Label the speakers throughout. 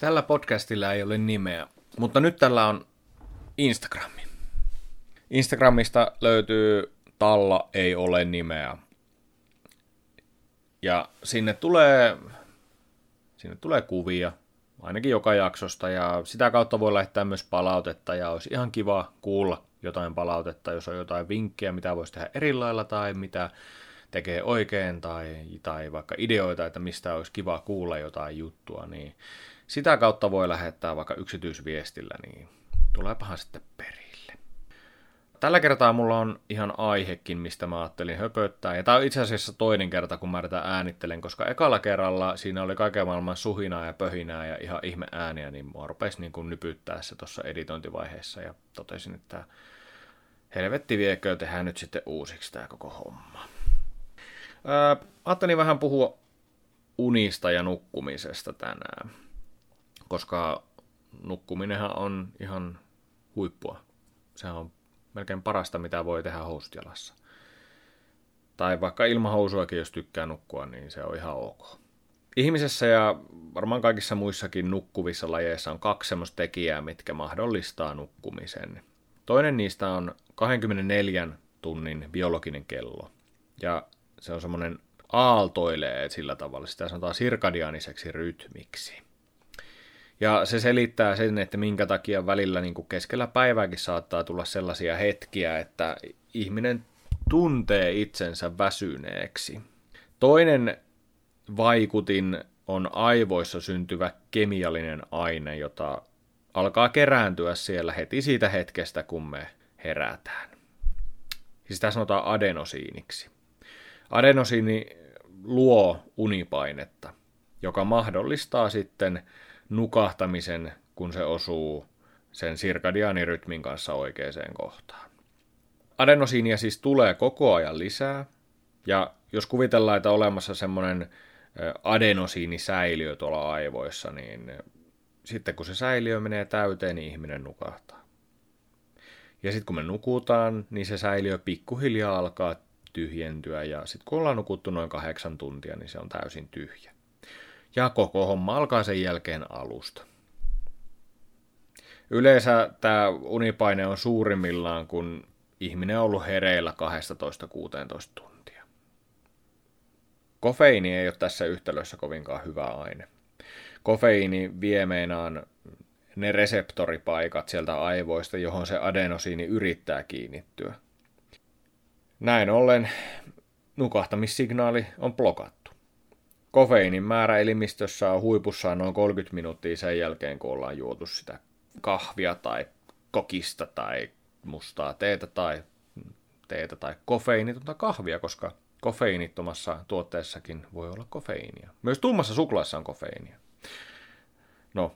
Speaker 1: Tällä podcastilla ei ole nimeä, mutta nyt tällä on Instagrami. Instagramista löytyy Talla ei ole nimeä. Ja sinne tulee kuvia, ainakin joka jaksosta, ja sitä kautta voi lähettää myös palautetta, ja olisi ihan kiva kuulla jotain palautetta, jos on jotain vinkkejä, mitä voisi tehdä eri lailla, tai mitä tekee oikein, tai vaikka ideoita, että mistä olisi kiva kuulla jotain juttua, niin sitä kautta voi lähettää vaikka yksityisviestillä, niin tuleepahan sitten perille. Tällä kertaa mulla on ihan aihekin, mistä mä ajattelin höpöttää. Ja tää on itse asiassa toinen kerta, kun mä tätä äänittelen, koska ekalla kerralla siinä oli kaiken maailman suhinaa ja pöhinää ja ihan ihme ääniä, niin mua rupesi niin kuin nypyttää se tuossa editointivaiheessa ja totesin, että helvetti viekö, tehdään nyt sitten uusiksi tää koko homma. Ajattelin vähän puhua unista ja nukkumisesta tänään, koska nukkuminenhan on ihan huippua. Sehän on melkein parasta, mitä voi tehdä housut jalassa. Tai vaikka ilman housuakin, jos tykkää nukkua, niin se on ihan ok. Ihmisessä ja varmaan kaikissa muissakin nukkuvissa lajeissa on 2 semmoista tekijää, mitkä mahdollistaa nukkumisen. Toinen niistä on 24 tunnin biologinen kello. Ja se on semmoinen aaltoilee sillä tavalla. Sitä sanotaan sirkadiaaniseksi rytmiksi. Ja se selittää sen, että minkä takia välillä niin kuin keskellä päivääkin saattaa tulla sellaisia hetkiä, että ihminen tuntee itsensä väsyneeksi. Toinen vaikutin on aivoissa syntyvä kemiallinen aine, jota alkaa kerääntyä siellä heti siitä hetkestä, kun me herätään. Siis sitä sanotaan adenosiiniksi. Adenosiini luo unipainetta, joka mahdollistaa sitten nukahtamisen, kun se osuu sen sirkadiaanirytmin kanssa oikeaan kohtaan. Adenosiinia siis tulee koko ajan lisää, ja jos kuvitellaan, että on olemassa semmoinen adenosiinisäiliö tuolla aivoissa, niin sitten kun se säiliö menee täyteen, niin ihminen nukahtaa. Ja sitten kun me nukutaan, niin se säiliö pikkuhiljaa alkaa tyhjentyä, ja sitten kun ollaan nukuttu noin 8 tuntia, niin se on täysin tyhjä. Ja koko homma alkaa sen jälkeen alusta. Yleensä tämä unipaine on suurimmillaan, kun ihminen on ollut hereillä 12-16 tuntia. Kofeiini ei ole tässä yhtälössä kovinkaan hyvä aine. Kofeiini vie meinaan ne reseptoripaikat sieltä aivoista, johon se adenosiini yrittää kiinnittyä. Näin ollen nukahtamissignaali on blokattu. Kofeiinin määrä elimistössä on huipussaan noin 30 minuuttia sen jälkeen, kun ollaan juotu sitä kahvia tai kokista tai mustaa teetä tai kofeiinitonta kahvia, koska kofeiinittomassa tuotteessakin voi olla kofeiinia. Myös tummassa suklaassa on kofeiinia. No,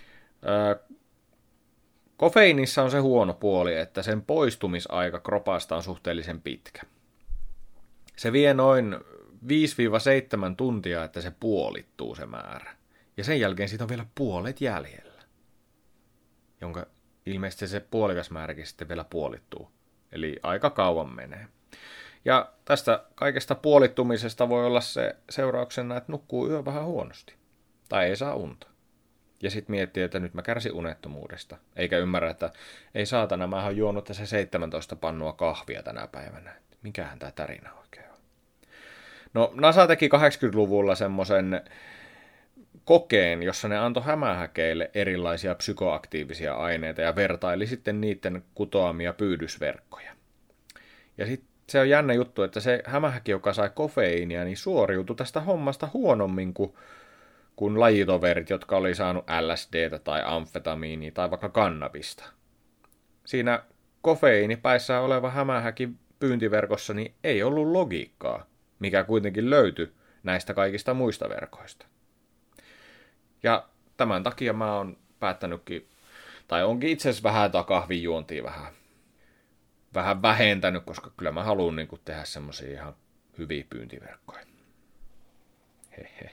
Speaker 1: kofeiinissa on se huono puoli, että sen poistumisaika kropasta on suhteellisen pitkä. Se vie noin 5-7 tuntia, että se puolittuu se määrä. Ja sen jälkeen siitä on vielä puolet jäljellä, jonka ilmeisesti se puolikas määräkin sitten vielä puolittuu. Eli aika kauan menee. Ja tästä kaikesta puolittumisesta voi olla se seurauksena, että nukkuu yö vähän huonosti. Tai ei saa unta. Ja sitten miettii, että nyt mä kärsin unettomuudesta. Eikä ymmärrä, että ei saatana, mä oon juonut tässä 17 pannua kahvia tänä päivänä. Mikähän tää tarina oikein on? No, NASA teki 80-luvulla semmoisen kokeen, jossa ne antoi hämähäkeille erilaisia psykoaktiivisia aineita ja vertaili sitten niiden kutoamia pyydysverkkoja. Ja sitten se on jännä juttu, että se hämähäki, joka sai kofeiinia, niin suoriutui tästä hommasta huonommin kuin lajitoverit, jotka oli saanut LSDtä tai amfetamiinia tai vaikka kannabista. Siinä kofeiinipäissään oleva hämähäkin pyyntiverkossa niin ei ollut logiikkaa, mikä kuitenkin löytyi näistä kaikista muista verkoista. Ja tämän takia mä oon päättänytkin, tai onkin itse asiassa vähän kahvin juontia vähän vähentänyt, koska kyllä mä haluan niin kuin tehdä semmosia ihan hyviä pyyntiverkkoja. Hehe.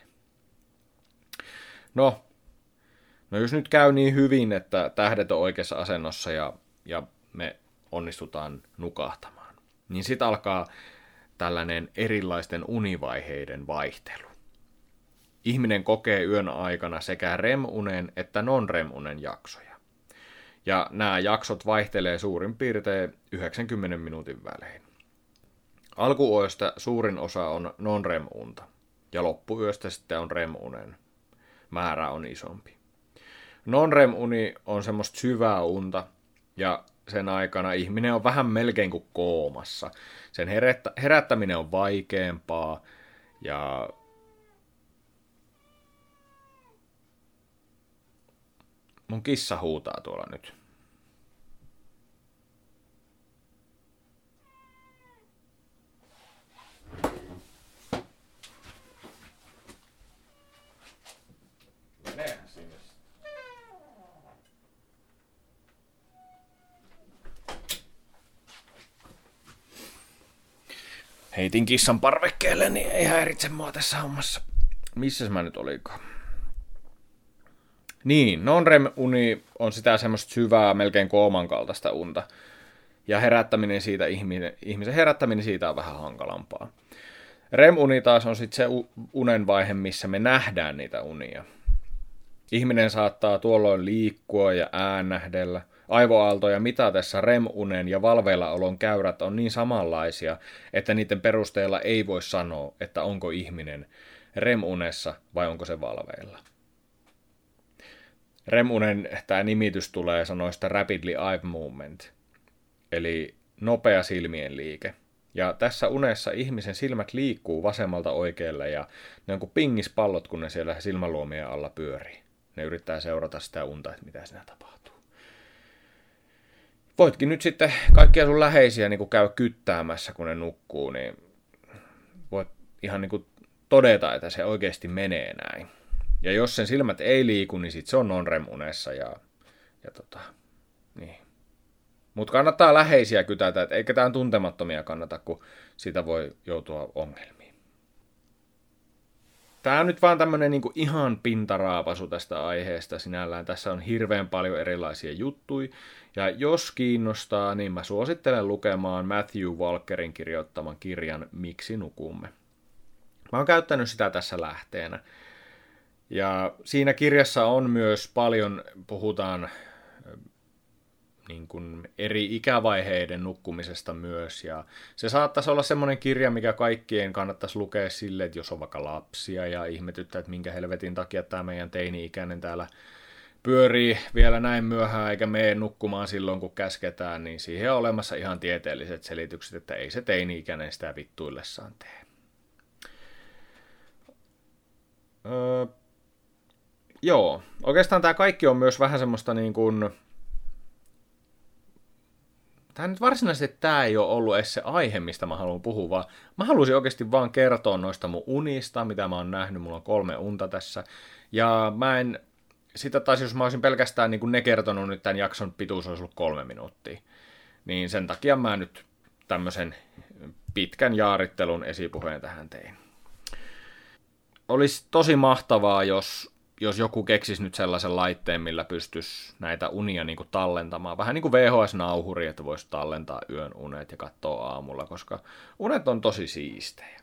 Speaker 1: No jos nyt käy niin hyvin, että tähdet on oikeassa asennossa ja me onnistutaan nukahtamaan, niin sit alkaa tällainen erilaisten univaiheiden vaihtelu. ihminen kokee yön aikana sekä REM-unen että non-REM-unen jaksoja. Ja nämä jaksot vaihtelee suurin piirtein 90 minuutin välein. Alkuyöstä suurin osa on non-REM-unta ja loppuyöstä sitten on REM-unen määrä on isompi. Non-REM-uni on semmoista syvää unta ja sen aikana ihminen on vähän melkein kuin koomassa. Sen herättäminen on vaikeampaa ja mun kissa huutaa tuolla nyt. Heitin kissan parvekkeelle, niin ei häiritse mua tässä hommassa. Missäs mä nyt olikaan? Niin, non-REM-uni on sitä semmoista syvää, melkein kooman kaltaista unta. Ja herättäminen siitä, ihmisen herättäminen siitä on vähän hankalampaa. REM-uni taas on sitten se unen vaihe, missä me nähdään niitä unia. Ihminen saattaa tuolloin liikkua ja äännähdellä. Aivoaaltoja mitatessa REM-unen ja valveillaolon käyrät on niin samanlaisia, että niiden perusteella ei voi sanoa, että onko ihminen REM-unessa vai onko se valveilla. REM-unen tämä nimitys tulee sanoista rapidly eye movement, eli nopea silmien liike. Ja tässä unessa ihmisen silmät liikkuu vasemmalta oikealle ja ne on kuin pingispallot, kun ne siellä silmäluomien alla pyörii. Ne yrittää seurata sitä unta, että mitä siinä tapahtuu. Voitkin nyt sitten kaikkia sun läheisiä niin käy kyttäämässä, kun ne nukkuu, niin voit ihan niin todeta, että se oikeasti menee näin. Ja jos sen silmät ei liiku, niin sit se on non-REM-unessa niin. Mutta kannattaa läheisiä kytätä, että ei ketään tuntemattomia kannata, kun siitä voi joutua ongelmiin. Tämä on nyt vaan tämmönen niinku ihan pintaraapasu tästä aiheesta sinällään. Tässä on hirveän paljon erilaisia juttuja. Ja jos kiinnostaa, niin mä suosittelen lukemaan Matthew Walkerin kirjoittaman kirjan Miksi nukumme. Mä oon käyttänyt sitä tässä lähteenä. Ja siinä kirjassa on myös paljon, puhutaan niin kuin eri ikävaiheiden nukkumisesta myös. Ja se saattaisi olla semmoinen kirja, mikä kaikkien kannattaisi lukea sille, että jos on vaikka lapsia ja ihmetyttää, että minkä helvetin takia tämä meidän teini-ikäinen täällä pyörii vielä näin myöhään eikä mene nukkumaan silloin, kun käsketään, niin siihen on olemassa ihan tieteelliset selitykset, että ei se teini-ikäinen sitä vittuillessaan tee. Joo, oikeastaan tämä kaikki on myös vähän semmoista niin kuin... Tämä nyt varsinaisesti tämä ei ole ollut edes se aihe, mistä mä haluan puhua, vaan mä haluaisin oikeasti vaan kertoa noista mun unista, mitä mä oon nähnyt, mulla on 3 unta tässä, ja mä en, sitä taas jos mä olisin pelkästään niin kuin ne kertonut, nyt tämän jakson pituus olisi ollut 3 minuuttia, niin sen takia mä nyt tämmöisen pitkän jaarittelun esipuheen tähän tein. Olisi tosi mahtavaa, jos joku keksisi nyt sellaisen laitteen, millä pystyisi näitä unia niin kuin tallentamaan. Vähän niin kuin VHS-nauhuri, että voisi tallentaa yön unet ja katsoa aamulla, koska unet on tosi siistejä.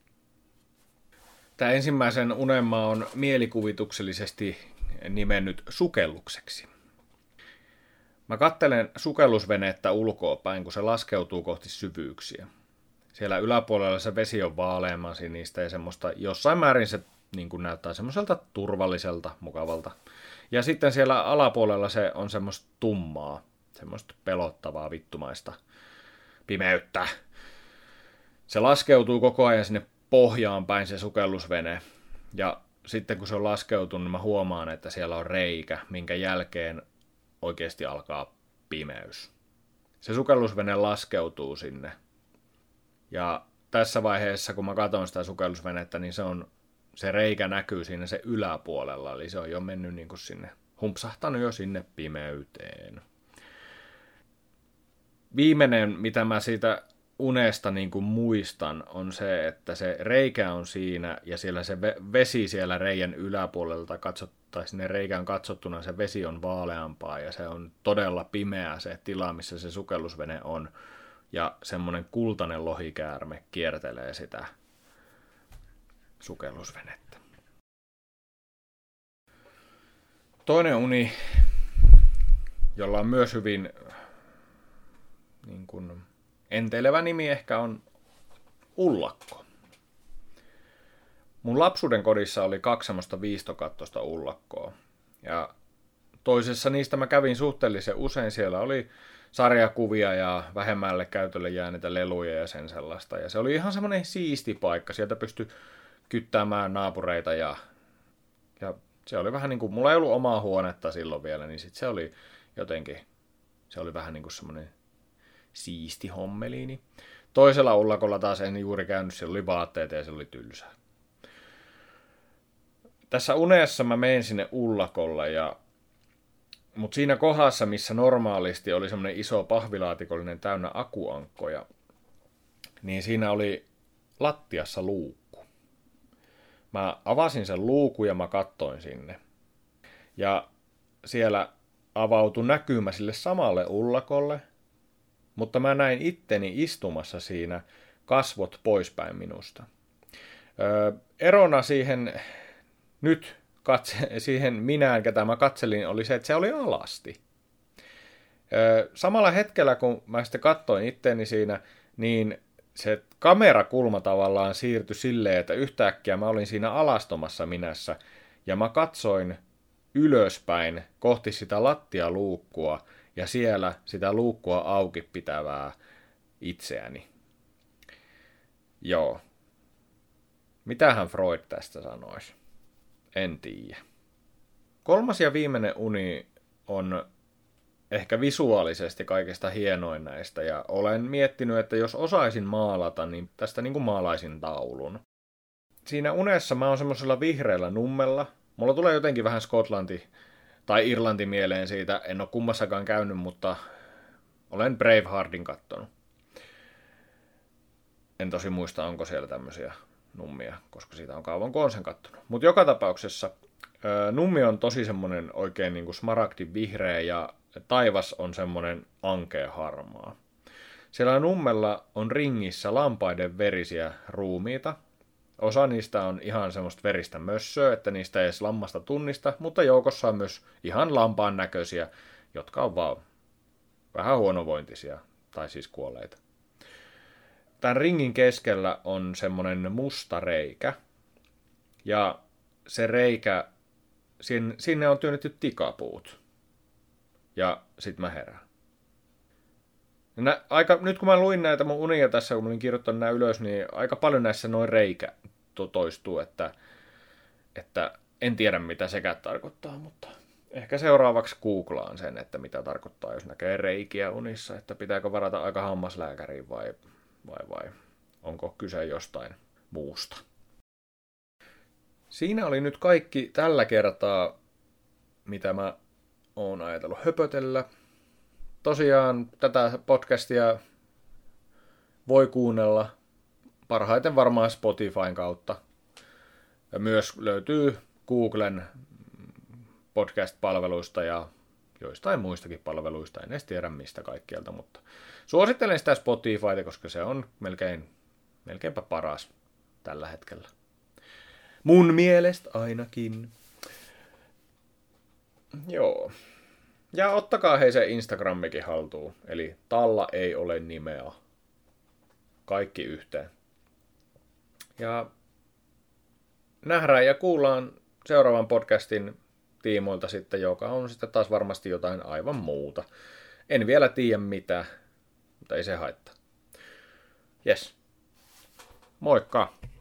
Speaker 1: Tämä ensimmäisen unen mä on mielikuvituksellisesti nimennyt sukellukseksi. Mä katselen sukellusvenettä ulkoapäin, kun se laskeutuu kohti syvyyksiä. Siellä yläpuolella se vesi on vaaleamman sinistä ja semmoista, jossain määrin se niin kuin näyttää semmoiselta turvalliselta, mukavalta. Ja sitten siellä alapuolella se on semmoista tummaa, semmoista pelottavaa, vittumaista pimeyttä. Se laskeutuu koko ajan sinne pohjaan päin se sukellusvene. Ja sitten kun se on laskeutunut, niin mä huomaan, että siellä on reikä, minkä jälkeen oikeasti alkaa pimeys. Se sukellusvene laskeutuu sinne. Ja tässä vaiheessa, kun mä katson sitä sukellusvenettä, niin se reikä näkyy siinä se yläpuolella, eli se on jo mennyt niin kuin sinne, humpsahtanut jo sinne pimeyteen. Viimeinen, mitä mä siitä unesta niin kuin muistan, on se, että se reikä on siinä, ja siellä se vesi siellä reijän yläpuolelta tai sinne reikään katsottuna se vesi on vaaleampaa, ja se on todella pimeä se tila, missä se sukellusvene on, ja semmoinen kultainen lohikäärme kiertelee sitä sukellusvenettä. Toinen uni, jolla on myös hyvin niin kuin enteilevä nimi ehkä, on ullakko. Mun lapsuuden kodissa oli 2 semmoista viistokattoista ullakkoa. Ja toisessa niistä mä kävin suhteellisen usein. Siellä oli sarjakuvia ja vähemmälle käytölle jääneitä leluja ja sen sellaista. Ja se oli ihan semmoinen siisti paikka. Sieltä pystyi kyttäämään naapureita ja se oli vähän niin kuin, mulla ei ollut omaa huonetta silloin vielä, niin sit se oli jotenkin, se oli vähän niin kuin semmoinen siisti hommeliini. Toisella ullakolla taas en juuri käynyt, siellä oli vaatteita ja se oli tylsää. Tässä unessa mä menen sinne ullakolle, mutta siinä kohdassa, missä normaalisti oli semmoinen iso pahvilaatikollinen täynnä akuankkoja, niin siinä oli lattiassa luukku. Mä avasin sen luukun ja mä kattoin sinne. Ja siellä avautui näkymä sille samalle ullakolle, mutta mä näin itteni istumassa siinä kasvot poispäin minusta. Erona siihen siihen minään, ketä mä katselin, oli se, että se oli alasti. Samalla hetkellä, kun mä sitten katsoin itteeni siinä, niin se kamerakulma tavallaan siirtyi silleen, että yhtäkkiä mä olin siinä alastomassa minässä, ja mä katsoin ylöspäin kohti sitä lattialuukkua, ja siellä sitä luukkua auki pitävää itseäni. Joo. Mitähän Freud tästä sanoisi? En tiedä. 3. ja viimeinen uni on ehkä visuaalisesti kaikista hienoin näistä, ja olen miettinyt, että jos osaisin maalata, niin tästä niin kuin maalaisin taulun. Siinä unessa mä oon semmoisella vihreällä nummella. Mulla tulee jotenkin vähän Skotlanti tai Irlanti mieleen siitä. En ole kummassakaan käynyt, mutta olen Braveheartin kattonut. En tosi muista, onko siellä tämmöisiä nummia, koska siitä on kauan kun on sen kattonut. Mutta joka tapauksessa nummi on tosi semmoinen oikein niin kuin smaragdin vihreä ja taivas on semmoinen ankea harmaa. Siellä nummella on ringissä lampaiden verisiä ruumiita. Osa niistä on ihan semmoista veristä mössöä, että niistä ei edes lammasta tunnista, mutta joukossa on myös ihan lampaan näköisiä, jotka on vaan vähän huonovointisia, tai siis kuolleita. Tämän ringin keskellä on semmoinen musta reikä, ja se reikä, sinne on työnnetty tikapuut, ja sit mä herään. Nyt kun mä luin näitä mun unia tässä, kun mä olin kirjoittanut nämä ylös, niin aika paljon näissä noin reikä toistuu, että en tiedä mitä sekään tarkoittaa, mutta ehkä seuraavaksi googlaan sen, että mitä tarkoittaa, jos näkee reikiä unissa, että pitääkö varata aika hammaslääkäriin vai onko kyse jostain muusta. Siinä oli nyt kaikki tällä kertaa, mitä mä oon ajatellut höpötellä. Tosiaan tätä podcastia voi kuunnella parhaiten varmaan Spotifyn kautta. Ja myös löytyy Googlen podcast-palveluista ja joistain muistakin palveluista. En edes tiedä mistä kaikkialta, mutta suosittelen sitä Spotifyta, koska se on melkeinpä paras tällä hetkellä. Mun mielestä ainakin. Joo. Ja ottakaa hei se Instagramikin haltuun. Eli Talla ei ole nimeä. Kaikki yhteen. Ja nähdään ja kuullaan seuraavan podcastin tiimoilta sitten, joka on sitten taas varmasti jotain aivan muuta. En vielä tiedä mitä, mutta ei se haittaa. Jes. Moikka!